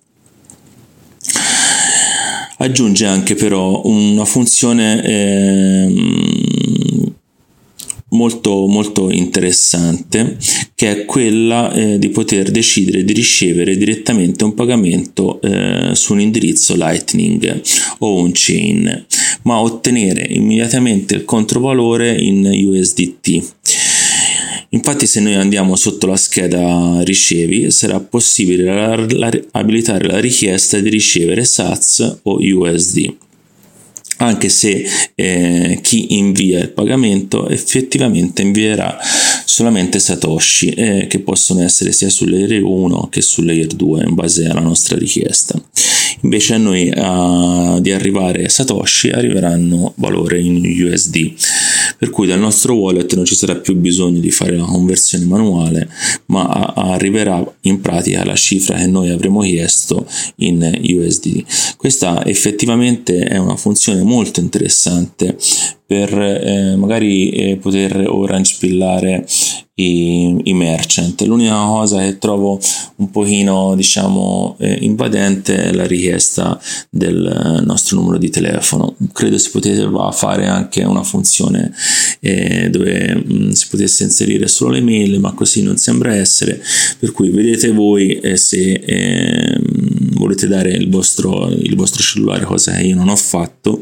Aggiunge anche però una funzione eh, molto molto interessante, che è quella eh, di poter decidere di ricevere direttamente un pagamento eh, su un indirizzo Lightning o on-chain, ma ottenere immediatamente il controvalore in U S D T. Infatti, se noi andiamo sotto la scheda ricevi, sarà possibile la, la, abilitare la richiesta di ricevere Sats o U S D, anche se eh, chi invia il pagamento effettivamente invierà solamente Satoshi, eh, che possono essere sia sulle layer uno che sulle layer due in base alla nostra richiesta. invece a noi uh, di arrivare Satoshi arriveranno valore in U S D, per cui dal nostro wallet non ci sarà più bisogno di fare la conversione manuale, ma a- arriverà in pratica la cifra che noi avremo chiesto in U S D. Questa effettivamente è una funzione molto interessante per eh, magari eh, poter orange pillare i, i merchant. L'unica cosa che trovo un pochino diciamo eh, invadente è la richiesta del nostro numero di telefono. Credo si poteva fare anche una funzione eh, dove mh, si potesse inserire solo le mail, ma così non sembra essere, per cui vedete voi eh, se eh, volete dare il vostro, il vostro cellulare, cosa che io non ho fatto,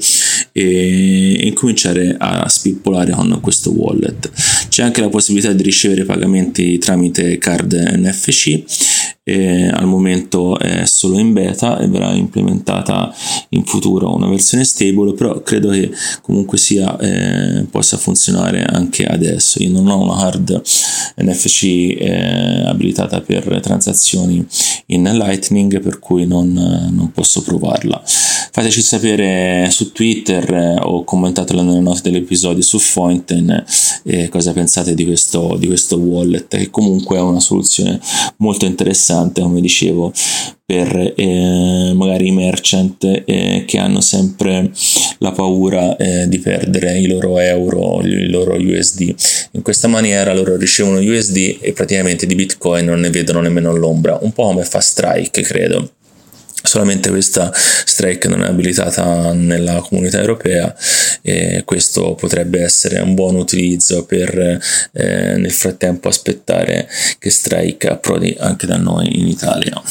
e incominciare a spippolare con questo wallet. C'è anche la possibilità di ricevere pagamenti tramite card N F C. E al momento è solo in beta e verrà implementata in futuro una versione stable, però credo che comunque sia eh, possa funzionare anche adesso. Io non ho una card N F C eh, abilitata per transazioni in Lightning, per cui non, non posso provarla. Fateci sapere su Twitter eh, o commentate nelle note dell'episodio su Fountain eh, cosa pensate di questo, di questo wallet, che comunque è una soluzione molto interessante, come dicevo, per eh, magari i merchant eh, che hanno sempre la paura eh, di perdere i loro euro, i loro U S D. In questa maniera loro ricevono U S D e praticamente di Bitcoin non ne vedono nemmeno l'ombra, un po' come fa Strike, credo. Solamente questa Strike non è abilitata nella comunità europea, e questo potrebbe essere un buon utilizzo per eh, nel frattempo aspettare che Strike approdi anche da noi in Italia.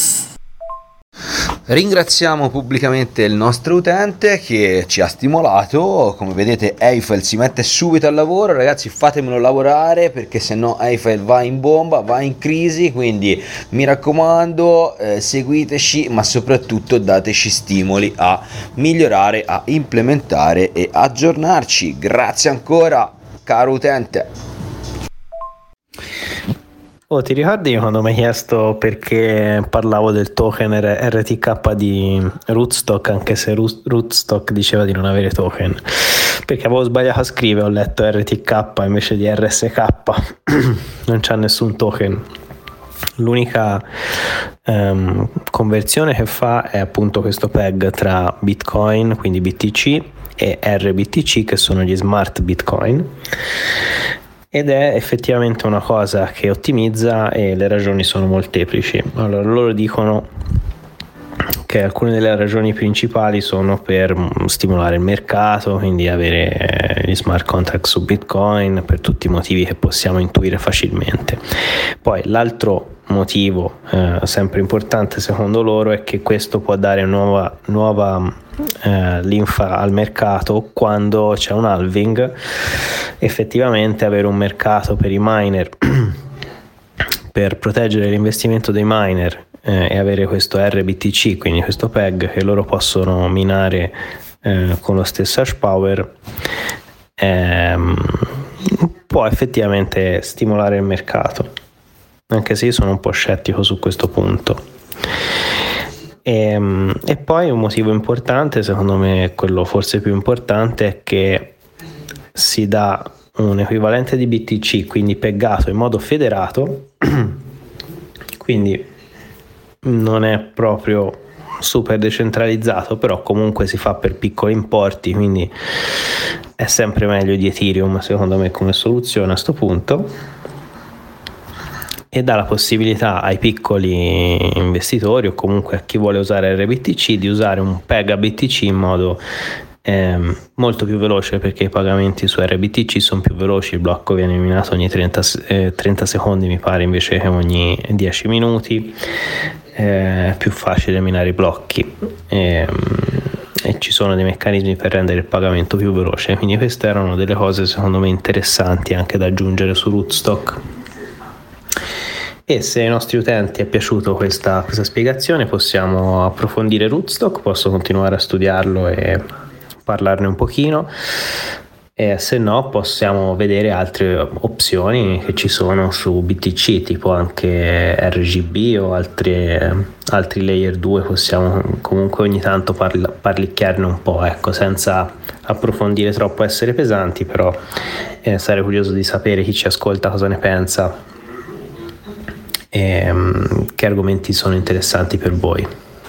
Ringraziamo pubblicamente il nostro utente che ci ha stimolato. Come vedete Eiffel si mette subito al lavoro. Ragazzi, fatemelo lavorare, perché se no Eiffel va in bomba, va in crisi, quindi mi raccomando eh, seguiteci, ma soprattutto dateci stimoli a migliorare, a implementare e aggiornarci. Grazie ancora caro utente. Oh, ti ricordi quando mi hai chiesto perché parlavo del token R T K di Rootstock, anche se Rootstock diceva di non avere token? Perché avevo sbagliato a scrivere, ho letto R T K invece di R S K. Non c'ha nessun token. L'unica um, conversione che fa è appunto questo peg tra Bitcoin, quindi B T C, e R B T C, che sono gli smart Bitcoin. Ed è effettivamente una cosa che ottimizza, e le ragioni sono molteplici. Allora, loro dicono che alcune delle ragioni principali sono per stimolare il mercato, quindi avere gli smart contract su Bitcoin, per tutti i motivi che possiamo intuire facilmente. Poi l'altro motivo eh, sempre importante secondo loro è che questo può dare nuova, nuova eh, linfa al mercato quando c'è un halving. Effettivamente avere un mercato per i miner per proteggere l'investimento dei miner eh, e avere questo R B T C, quindi questo peg che loro possono minare eh, con lo stesso hash power, ehm, può effettivamente stimolare il mercato, anche se io sono un po' scettico su questo punto. E, e poi un motivo importante, secondo me quello forse più importante, è che si dà un equivalente di B T C, quindi peggato in modo federato, quindi non è proprio super decentralizzato, però comunque si fa per piccoli importi, quindi è sempre meglio di Ethereum secondo me come soluzione a sto punto, e dà la possibilità ai piccoli investitori o comunque a chi vuole usare R B T C di usare un peg a B T C in modo eh, molto più veloce, perché i pagamenti su R B T C sono più veloci, il blocco viene minato ogni trenta, eh, trenta secondi mi pare, invece che ogni dieci minuti. È più facile minare i blocchi e, e ci sono dei meccanismi per rendere il pagamento più veloce, quindi queste erano delle cose secondo me interessanti anche da aggiungere su Rootstock. E se ai nostri utenti è piaciuta questa, questa spiegazione, possiamo approfondire Rootstock, posso continuare a studiarlo e parlarne un pochino. e se no possiamo vedere altre opzioni che ci sono su B T C, tipo anche R G B o altri, altri layer due. Possiamo comunque ogni tanto parla, parlicchiarne un po', ecco, senza approfondire troppo, essere pesanti, però eh, sarei curioso di sapere chi ci ascolta cosa ne pensa e um, che argomenti sono interessanti per voi.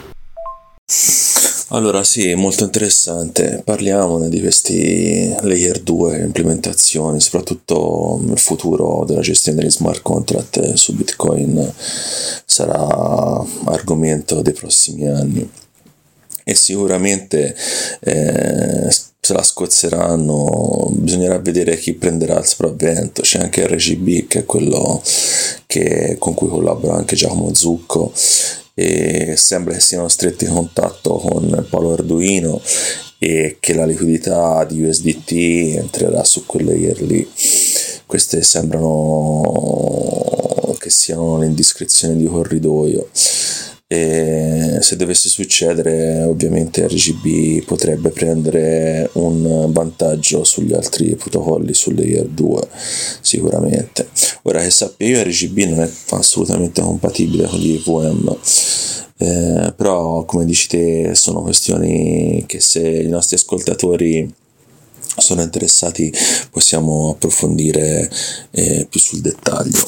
Allora sì, molto interessante, parliamone di questi layer due implementazioni, soprattutto il futuro della gestione degli smart contract su Bitcoin sarà argomento dei prossimi anni e sicuramente eh, se la scozzeranno bisognerà vedere chi prenderà il sopravvento. C'è anche R G B, che è quello che, con cui collabora anche Giacomo Zucco, e sembra che siano stretti in contatto con Paolo Arduino e che la liquidità di U S D T entrerà su quel layer lì. Queste sembrano che siano le indiscrezioni di corridoio, e se dovesse succedere ovviamente R G B potrebbe prendere un vantaggio sugli altri protocolli sul layer due sicuramente. Ora che sappia io, R G B non è assolutamente compatibile con gli I V M, eh, però come dici te sono questioni che, se i nostri ascoltatori sono interessati, possiamo approfondire eh, più sul dettaglio.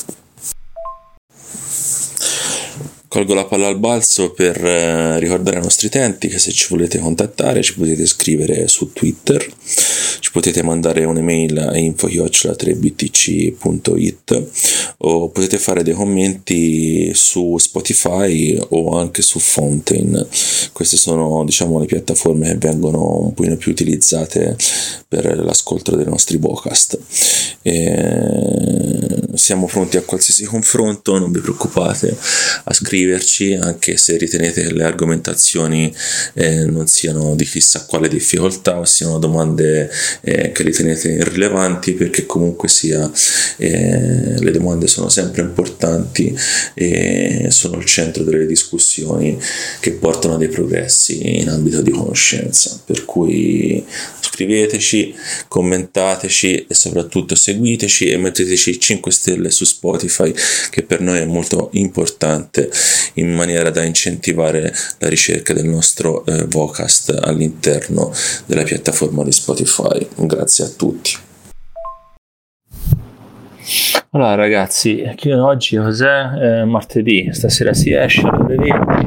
Colgo la palla al balzo per eh, ricordare ai nostri utenti che se ci volete contattare ci potete scrivere su Twitter, ci potete mandare un'email a info chiocciola tre b t c punto i t o potete fare dei commenti su Spotify o anche su Fountain. Queste sono, diciamo, le piattaforme che vengono un pochino più utilizzate per l'ascolto dei nostri podcast. E siamo pronti a qualsiasi confronto, non vi preoccupate a scriverci, anche se ritenete che le argomentazioni eh, non siano di chissà quale difficoltà o siano domande eh, che ritenete irrilevanti, perché comunque sia eh, le domande sono sempre importanti e sono il centro delle discussioni che portano a dei progressi in ambito di conoscenza. Per cui scriveteci, commentateci e soprattutto seguiteci e metteteci cinque stelle su Spotify, che per noi è molto importante, in maniera da incentivare la ricerca del nostro eh, Vocast all'interno della piattaforma di Spotify. Grazie a tutti. Allora ragazzi, oggi cos'è? Eh, martedì, stasera si esce alle venti.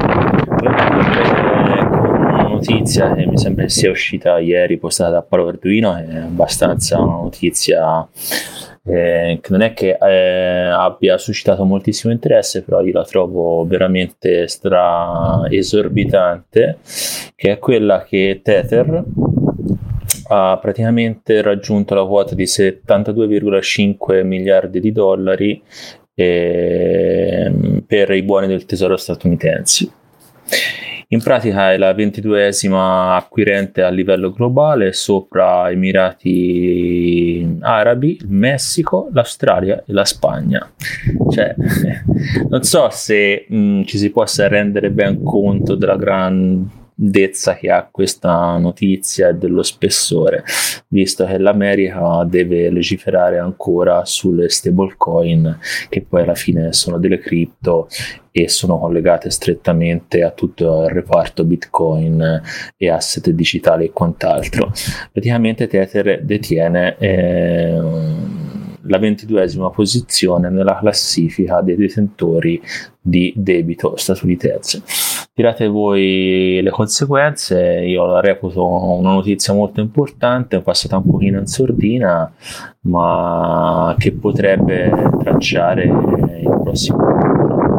Una notizia che mi sembra che sia uscita ieri, postata da Paolo Arduino, è abbastanza una notizia eh, che non è che eh, abbia suscitato moltissimo interesse, però io la trovo veramente stra esorbitante, che è quella che Tether ha praticamente raggiunto la quota di settantadue virgola cinque miliardi di dollari eh, per i buoni del tesoro statunitensi. In pratica è la ventiduesima acquirente a livello globale, sopra Emirati Arabi, il Messico, l'Australia e la Spagna. Cioè, non so se mh, ci si possa rendere ben conto della grandezza che ha questa notizia e dello spessore, visto che l'America deve legiferare ancora sulle stablecoin, che poi alla fine sono delle cripto e sono collegate strettamente a tutto il reparto Bitcoin e asset digitali e quant'altro. Praticamente Tether detiene eh, la ventiduesima posizione nella classifica dei detentori di debito statunitense. Tirate voi le conseguenze, io la reputo una notizia molto importante, passata un pochino in sordina, ma che potrebbe tracciare il prossimo futuro.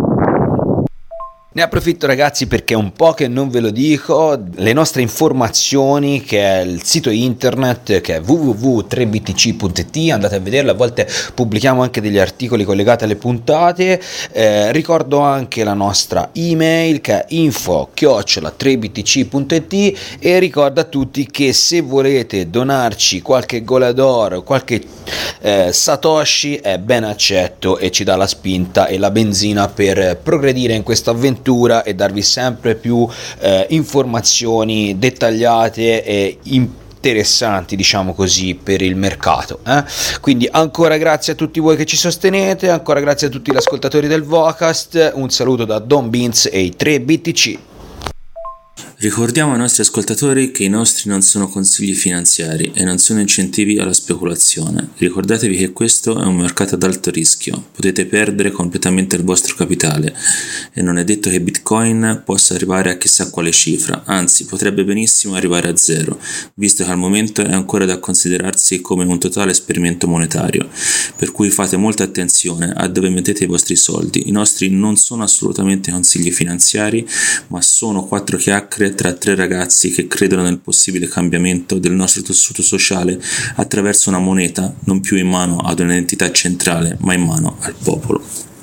Ne approfitto ragazzi perché è un po' che non ve lo dico, le nostre informazioni, che è il sito internet che è w w w punto tre b t c punto i t, andate a vederlo, a volte pubblichiamo anche degli articoli collegati alle puntate, eh, ricordo anche la nostra email che è info chiocciola tre b t c punto i t e ricordo a tutti che se volete donarci qualche golador, qualche eh, satoshi è ben accetto e ci dà la spinta e la benzina per progredire in questa avventura e darvi sempre più eh, informazioni dettagliate e in interessanti, diciamo così, per il mercato, eh? Quindi ancora grazie a tutti voi che ci sostenete, ancora grazie a tutti gli ascoltatori del Vocast, un saluto da Don Beans e i tre B T C. Ricordiamo ai nostri ascoltatori che i nostri non sono consigli finanziari e non sono incentivi alla speculazione. Ricordatevi che questo è un mercato ad alto rischio, potete perdere completamente il vostro capitale e non è detto che Bitcoin possa arrivare a chissà quale cifra, anzi potrebbe benissimo arrivare a zero, visto che al momento è ancora da considerarsi come un totale esperimento monetario, per cui fate molta attenzione a dove mettete i vostri soldi. I nostri non sono assolutamente consigli finanziari, ma sono quattro chiacchiere tra tre ragazzi che credono nel possibile cambiamento del nostro tessuto sociale attraverso una moneta non più in mano ad un'entità centrale ma in mano al popolo.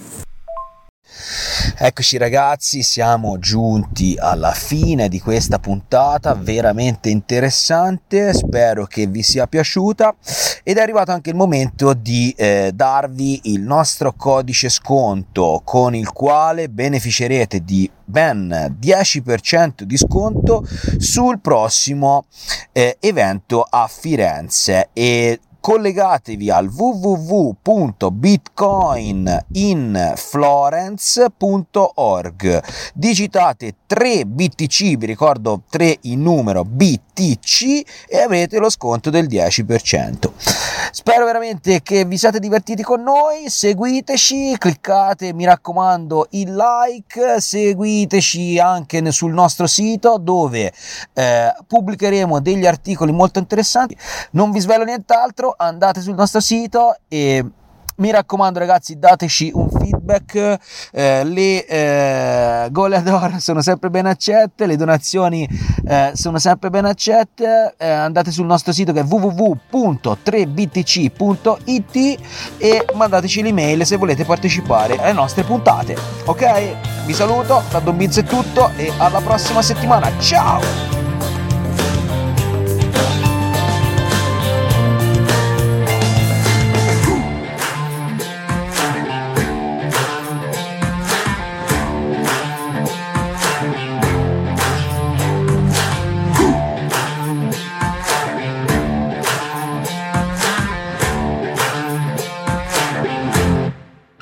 Eccoci ragazzi, siamo giunti alla fine di questa puntata veramente interessante, spero che vi sia piaciuta ed è arrivato anche il momento di eh, darvi il nostro codice sconto con il quale beneficerete di ben dieci per cento di sconto sul prossimo eh, evento a Firenze. E collegatevi al w w w punto bitcoin in florence punto org, digitate tre B T C, vi ricordo tre in numero B T C, e avrete lo sconto del dieci per cento. Spero veramente che vi siate divertiti con noi, seguiteci, cliccate mi raccomando il like, seguiteci anche sul nostro sito dove eh, pubblicheremo degli articoli molto interessanti. Non vi svelo nient'altro, andate sul nostro sito e mi raccomando ragazzi, dateci un feedback, eh, le eh, goleador sono sempre ben accette, le donazioni eh, sono sempre ben accette, eh, andate sul nostro sito che è w w w punto tre b t c punto i t e mandateci l'email se volete partecipare alle nostre puntate. Ok? Vi saluto, da Don Biz è tutto e alla prossima settimana, ciao!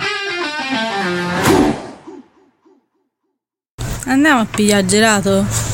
Andiamo a pigliare gelato?